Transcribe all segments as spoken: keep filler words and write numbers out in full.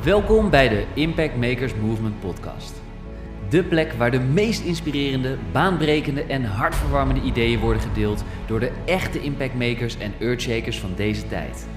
Welkom bij de Impact Makers Movement podcast. De plek waar de meest inspirerende, baanbrekende en hartverwarmende ideeën worden gedeeld door de echte impactmakers en earthshakers van deze tijd.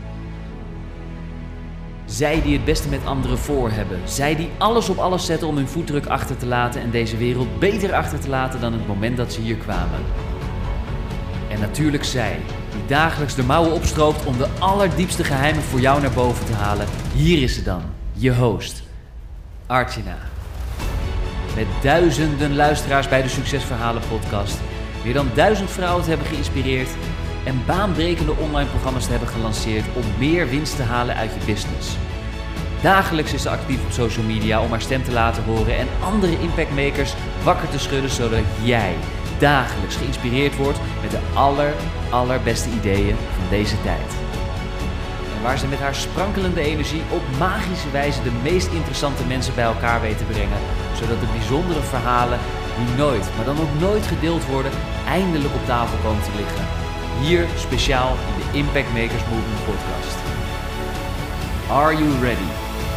Zij die het beste met anderen voor hebben. Zij die alles op alles zetten om hun voetdruk achter te laten en deze wereld beter achter te laten dan het moment dat ze hier kwamen. En natuurlijk zij, die dagelijks de mouwen opstroopt om de allerdiepste geheimen voor jou naar boven te halen. Hier is ze dan, je host, Archana. Met duizenden luisteraars bij de Succesverhalen podcast, meer dan duizend vrouwen te hebben geïnspireerd en baanbrekende online programma's te hebben gelanceerd om meer winst te halen uit je business. Dagelijks is ze actief op social media om haar stem te laten horen en andere impactmakers wakker te schudden, zodat jij dagelijks geïnspireerd wordt met de aller, allerbeste ideeën van deze tijd. En waar ze met haar sprankelende energie op magische wijze de meest interessante mensen bij elkaar weet te brengen, zodat de bijzondere verhalen die nooit, maar dan ook nooit gedeeld worden, eindelijk op tafel komen te liggen. Hier speciaal in de Impact Makers Movement podcast. Are you ready?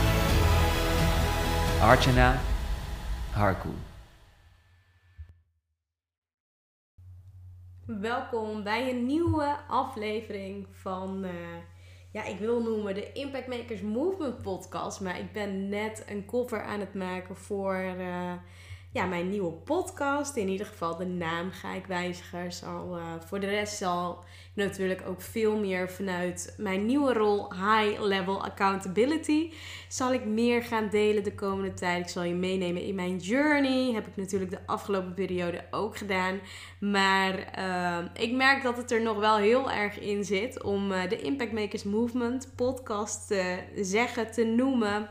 Archana Harku. Welkom bij een nieuwe aflevering van, uh, ja, ik wil noemen de Impact Makers Movement podcast. Maar ik ben net een cover aan het maken voor uh, ja, mijn nieuwe podcast. In ieder geval de naam ga ik wijzigen. Zal, uh, voor de rest zal ik natuurlijk ook veel meer vanuit mijn nieuwe rol High Level Accountability. Zal ik meer gaan delen de komende tijd. Ik zal je meenemen in mijn journey. Heb ik natuurlijk de afgelopen periode ook gedaan. Maar uh, ik merk dat het er nog wel heel erg in zit om uh, de Impact Makers Movement podcast te zeggen, te noemen.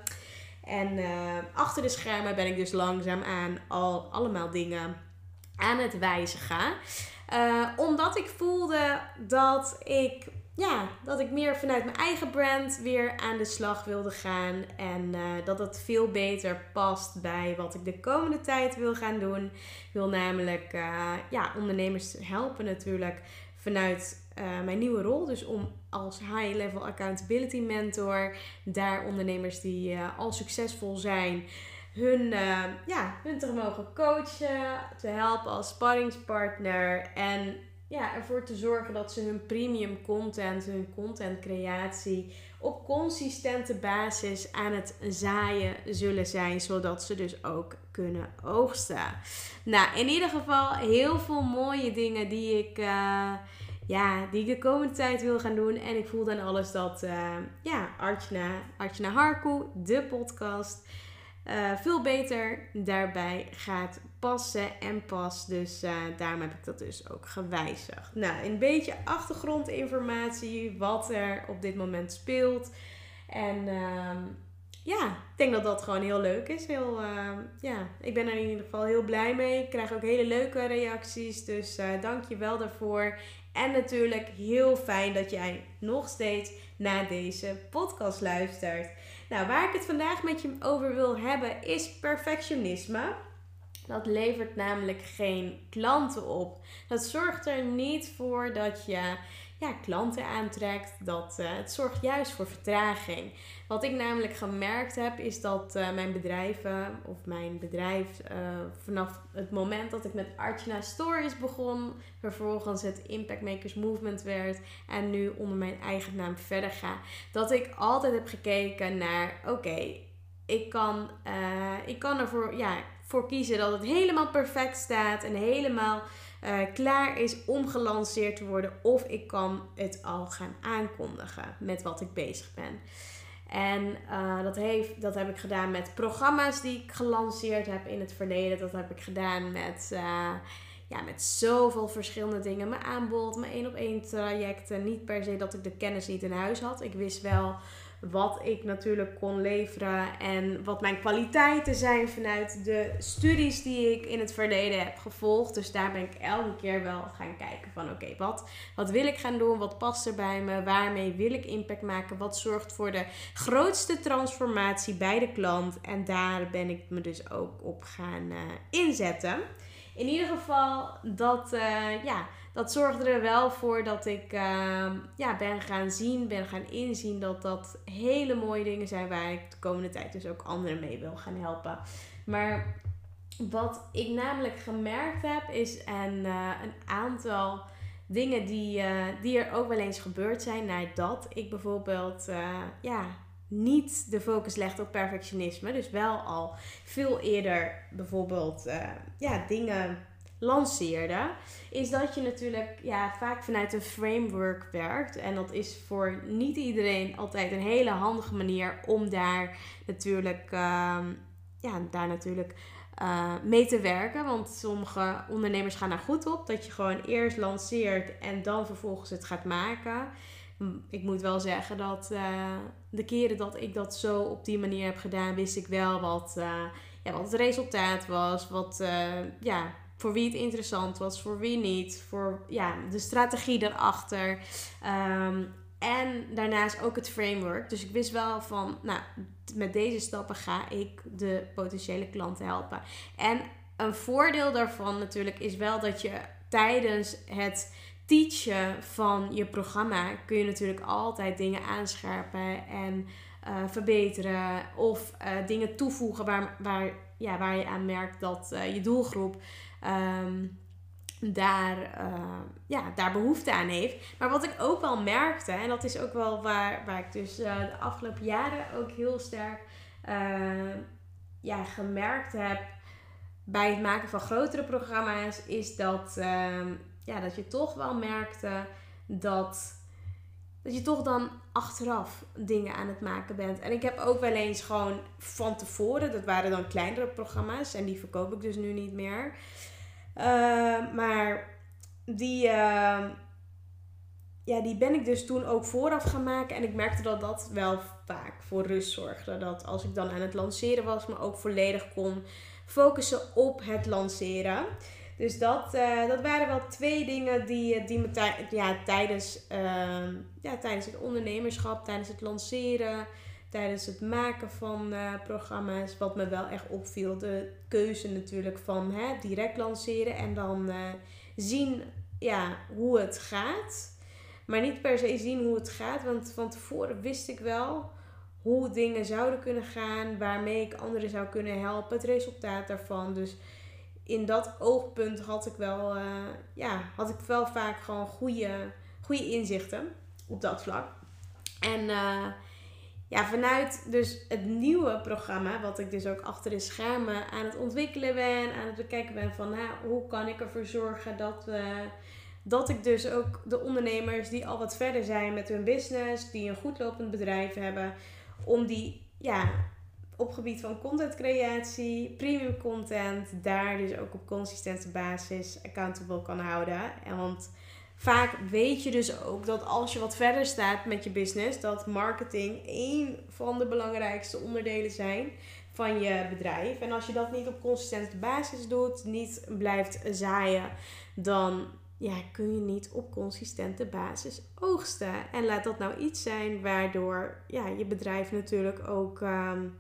En uh, achter de schermen ben ik dus langzaamaan al allemaal dingen aan het wijzigen. Uh, omdat ik voelde dat ik, ja, dat ik meer vanuit mijn eigen brand weer aan de slag wilde gaan. En uh, dat het veel beter past bij wat ik de komende tijd wil gaan doen. Ik wil namelijk uh, ja, ondernemers helpen natuurlijk vanuit uh, mijn nieuwe rol. Dus om als High Level Accountability Mentor daar ondernemers die uh, al succesvol zijn, hun, uh, ja, hun te mogen coachen, te helpen als sparringspartner en ja, ervoor te zorgen dat ze hun premium content, hun contentcreatie op consistente basis aan het zaaien zullen zijn, zodat ze dus ook kunnen oogsten. Nou, in ieder geval heel veel mooie dingen die ik, uh, ja, die ik de komende tijd wil gaan doen. En ik voel dan alles dat, uh, ja, Archana, Archana Harku, de podcast, Uh, veel beter daarbij gaat passen en past. Dus uh, daarom heb ik dat dus ook gewijzigd. Nou, een beetje achtergrondinformatie, wat er op dit moment speelt. En uh, ja, ik denk dat dat gewoon heel leuk is. Heel, uh, ja, ik ben er in ieder geval heel blij mee. Ik krijg ook hele leuke reacties, dus uh, dank je wel daarvoor. En natuurlijk heel fijn dat jij nog steeds naar deze podcast luistert. Nou, waar ik het vandaag met je over wil hebben is perfectionisme. Dat levert namelijk geen klanten op. Dat zorgt er niet voor dat je ja, klanten aantrekt. Dat, uh, het zorgt juist voor vertraging. Wat ik namelijk gemerkt heb is dat uh, mijn bedrijven of mijn bedrijf uh, vanaf het moment dat ik met Archana Stories begon, vervolgens het Impact Makers Movement werd en nu onder mijn eigen naam verder ga, dat ik altijd heb gekeken naar oké, okay, ik kan, uh, ik kan ervoor ja, voor kiezen dat het helemaal perfect staat en helemaal Uh, klaar is om gelanceerd te worden, of ik kan het al gaan aankondigen met wat ik bezig ben. En uh, dat, heeft, dat heb ik gedaan met programma's die ik gelanceerd heb in het verleden. Dat heb ik gedaan met, uh, ja, met zoveel verschillende dingen. Mijn aanbod, mijn één op één trajecten. Niet per se dat ik de kennis niet in huis had. Ik wist wel wat ik natuurlijk kon leveren en wat mijn kwaliteiten zijn vanuit de studies die ik in het verleden heb gevolgd. Dus daar ben ik elke keer wel gaan kijken van oké, okay, wat, wat wil ik gaan doen? Wat past er bij me? Waarmee wil ik impact maken? Wat zorgt voor de grootste transformatie bij de klant? En daar ben ik me dus ook op gaan uh, inzetten. in ieder geval, dat, uh, ja, dat zorgde er wel voor dat ik uh, ja, ben gaan zien, ben gaan inzien dat dat hele mooie dingen zijn waar ik de komende tijd dus ook anderen mee wil gaan helpen. Maar wat ik namelijk gemerkt heb is een, uh, een aantal dingen die, uh, die er ook wel eens gebeurd zijn nadat ik bijvoorbeeld uh, ja, niet de focus legde op perfectionisme. Dus wel al veel eerder bijvoorbeeld uh, ja, dingen lanceerde. Is dat je natuurlijk ja, vaak vanuit een framework werkt. En dat is voor niet iedereen altijd een hele handige manier om daar natuurlijk, uh, ja, daar natuurlijk uh, mee te werken. Want sommige ondernemers gaan daar goed op. Dat je gewoon eerst lanceert en dan vervolgens het gaat maken. Ik moet wel zeggen dat uh, de keren dat ik dat zo op die manier heb gedaan, wist ik wel wat, uh, ja, wat het resultaat was. Wat, uh, ja, voor wie het interessant was, voor wie niet. Voor ja, de strategie daarachter. Um, en daarnaast ook het framework. Dus ik wist wel van, nou, met deze stappen ga ik de potentiële klanten helpen. En een voordeel daarvan natuurlijk is wel dat je tijdens het teachen van je programma kun je natuurlijk altijd dingen aanscherpen en uh, verbeteren. Of uh, dingen toevoegen waar, waar, ja, waar je aan merkt dat uh, je doelgroep um, daar, uh, ja, daar behoefte aan heeft. Maar wat ik ook wel merkte, en dat is ook wel waar, waar ik dus uh, de afgelopen jaren ook heel sterk uh, ja, gemerkt heb bij het maken van grotere programma's, is dat, uh, ja, dat je toch wel merkte dat, dat je toch dan achteraf dingen aan het maken bent. En ik heb ook wel eens gewoon van tevoren, dat waren dan kleinere programma's en die verkoop ik dus nu niet meer. Uh, maar die, uh, ja, die ben ik dus toen ook vooraf gaan maken. En ik merkte dat dat wel vaak voor rust zorgde. Dat als ik dan aan het lanceren was, me ook volledig kon focussen op het lanceren. Dus dat, uh, dat waren wel twee dingen die, die me tij- ja, tijdens, uh, ja, tijdens het ondernemerschap, tijdens het lanceren, tijdens het maken van uh, programma's, wat me wel echt opviel. De keuze natuurlijk van hè, direct lanceren en dan uh, zien ja, hoe het gaat. Maar niet per se zien hoe het gaat, want van tevoren wist ik wel hoe dingen zouden kunnen gaan, waarmee ik anderen zou kunnen helpen, het resultaat daarvan. Dus in dat oogpunt had ik wel, uh, ja, had ik wel vaak gewoon goede, goede inzichten op dat vlak. En uh, ja, vanuit dus het nieuwe programma, wat ik dus ook achter de schermen aan het ontwikkelen ben, aan het bekijken ben van nou, hoe kan ik ervoor zorgen dat we, dat ik dus ook de ondernemers die al wat verder zijn met hun business, die een goed lopend bedrijf hebben, om die ja, op gebied van contentcreatie, premium content, daar dus ook op consistente basis accountable kan houden. En want vaak weet je dus ook dat als je wat verder staat met je business, dat marketing één van de belangrijkste onderdelen zijn van je bedrijf. En als je dat niet op consistente basis doet, niet blijft zaaien, dan ja, kun je niet op consistente basis oogsten. En laat dat nou iets zijn waardoor ja, je bedrijf natuurlijk ook um,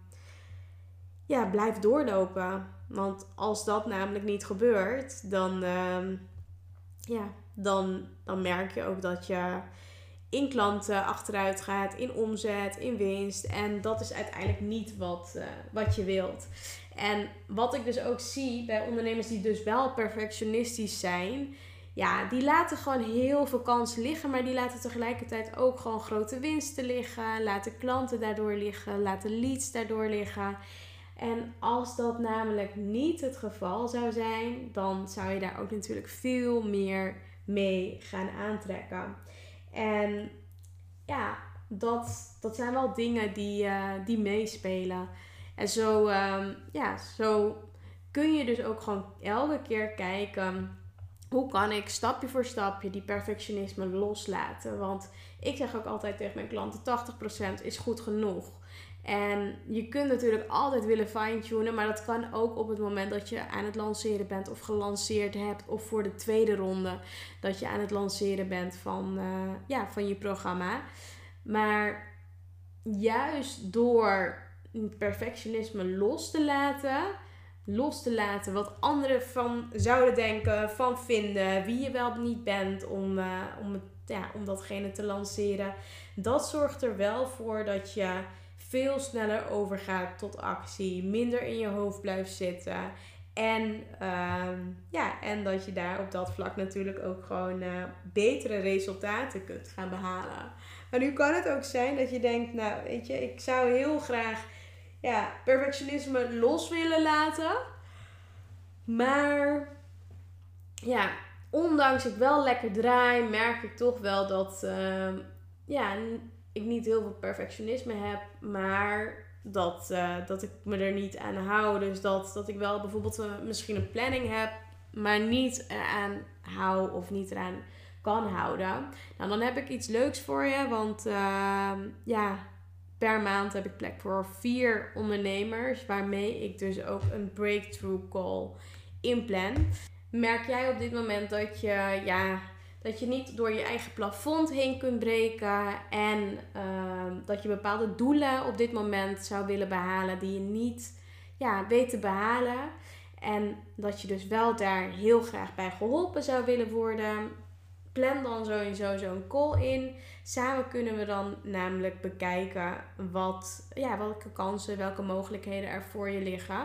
ja, blijft doorlopen. Want als dat namelijk niet gebeurt, dan, um, ja, dan, dan merk je ook dat je in klanten achteruit gaat, in omzet, in winst. En dat is uiteindelijk niet wat, uh, wat je wilt. En wat ik dus ook zie bij ondernemers die dus wel perfectionistisch zijn, ja, die laten gewoon heel veel kansen liggen, maar die laten tegelijkertijd ook gewoon grote winsten liggen, laten klanten daardoor liggen, laten leads daardoor liggen. En als dat namelijk niet het geval zou zijn, dan zou je daar ook natuurlijk veel meer mee gaan aantrekken. En ja, dat, dat zijn wel dingen die, uh, die meespelen. En zo, um, ja, zo kun je dus ook gewoon elke keer kijken, hoe kan ik stapje voor stapje die perfectionisme loslaten? Want ik zeg ook altijd tegen mijn klanten, tachtig procent is goed genoeg. En je kunt natuurlijk altijd willen fine-tunen, maar dat kan ook op het moment dat je aan het lanceren bent of gelanceerd hebt, of voor de tweede ronde dat je aan het lanceren bent van, uh, ja, van je programma. Maar juist door perfectionisme los te laten, los te laten wat anderen van zouden denken, van vinden, wie je wel niet bent om, uh, om, het, ja, om datgene te lanceren. Dat zorgt er wel voor dat je veel sneller overgaat tot actie, minder in je hoofd blijft zitten. En, uh, ja, en dat je daar op dat vlak natuurlijk ook gewoon uh, betere resultaten kunt gaan behalen. Maar nu kan het ook zijn dat je denkt, nou weet je, ik zou heel graag ja, perfectionisme los willen laten. Maar ja, ondanks ik wel lekker draai, merk ik toch wel dat uh, ja, ik niet heel veel perfectionisme heb. Maar dat, uh, dat ik me er niet aan hou. Dus dat, dat ik wel bijvoorbeeld uh, misschien een planning heb, maar niet eraan hou of niet eraan kan houden. Nou, dan heb ik iets leuks voor je. Want uh, ja, per maand heb ik plek voor vier ondernemers. Waarmee ik dus ook een breakthrough call inplan. Merk jij op dit moment dat je, ja, dat je niet door je eigen plafond heen kunt breken. En uh, dat je bepaalde doelen op dit moment zou willen behalen die je niet ja, weet te behalen. En dat je dus wel daar heel graag bij geholpen zou willen worden. Plan dan sowieso zo'n call in. Samen kunnen we dan namelijk bekijken wat, ja, welke kansen, welke mogelijkheden er voor je liggen.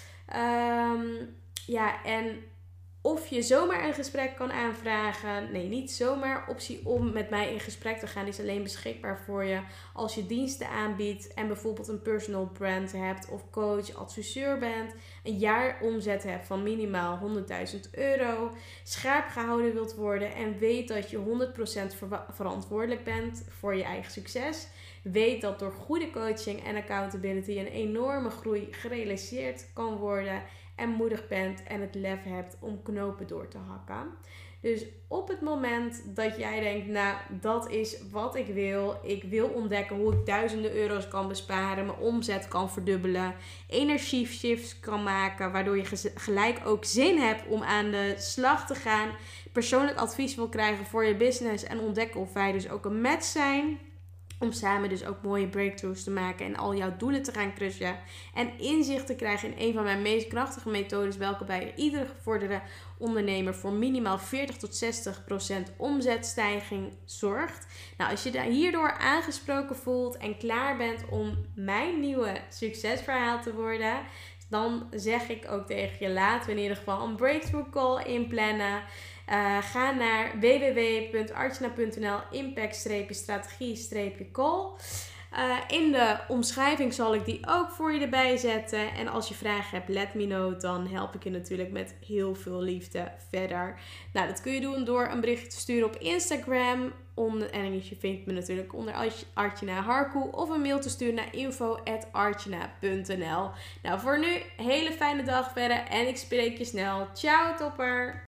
Um, ja, en of je zomaar een gesprek kan aanvragen. Nee, niet zomaar. Optie om met mij in gesprek te gaan is alleen beschikbaar voor je als je diensten aanbiedt en bijvoorbeeld een personal brand hebt of coach, adviseur bent, een jaar omzet hebt van minimaal honderdduizend euro, scherp gehouden wilt worden en weet dat je honderd procent ver- verantwoordelijk bent voor je eigen succes. Weet dat door goede coaching en accountability een enorme groei gerealiseerd kan worden en moedig bent en het lef hebt om knopen door te hakken. Dus op het moment dat jij denkt, nou, dat is wat ik wil. Ik wil ontdekken hoe ik duizenden euro's kan besparen, mijn omzet kan verdubbelen, energieshifts kan maken, waardoor je gelijk ook zin hebt om aan de slag te gaan, persoonlijk advies wil krijgen voor je business en ontdekken of wij dus ook een match zijn. Om samen dus ook mooie breakthroughs te maken en al jouw doelen te gaan crushen. En inzicht te krijgen in een van mijn meest krachtige methodes, welke bij iedere gevorderde ondernemer voor minimaal veertig tot zestig procent omzetstijging zorgt. Nou, als je daar hierdoor aangesproken voelt en klaar bent om mijn nieuwe succesverhaal te worden, dan zeg ik ook tegen je, laten we in ieder geval een breakthrough call inplannen. Uh, ga naar w w w punt archana punt n l impact strategie call. Uh, in de omschrijving zal ik die ook voor je erbij zetten. En als je vragen hebt, let me know. Dan help ik je natuurlijk met heel veel liefde verder. Nou, dat kun je doen door een berichtje te sturen op Instagram. Onder, en je vindt me natuurlijk onder Archana Harku. Of een mail te sturen naar info at archana punt n l. Nou, voor nu, hele fijne dag verder. En ik spreek je snel. Ciao, topper!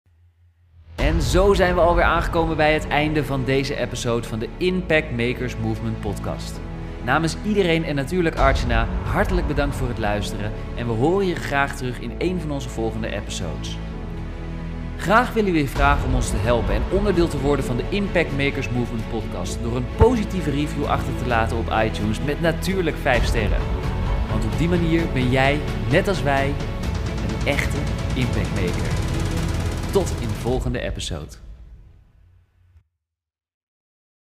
En zo zijn we alweer aangekomen bij het einde van deze episode van de Impact Makers Movement podcast. Namens iedereen en natuurlijk Archana, hartelijk bedankt voor het luisteren en we horen je graag terug in een van onze volgende episodes. Graag willen we je vragen om ons te helpen en onderdeel te worden van de Impact Makers Movement podcast door een positieve review achter te laten op iTunes met natuurlijk vijf sterren. Want op die manier ben jij, net als wij, een echte Impact Maker. Tot in de volgende episode.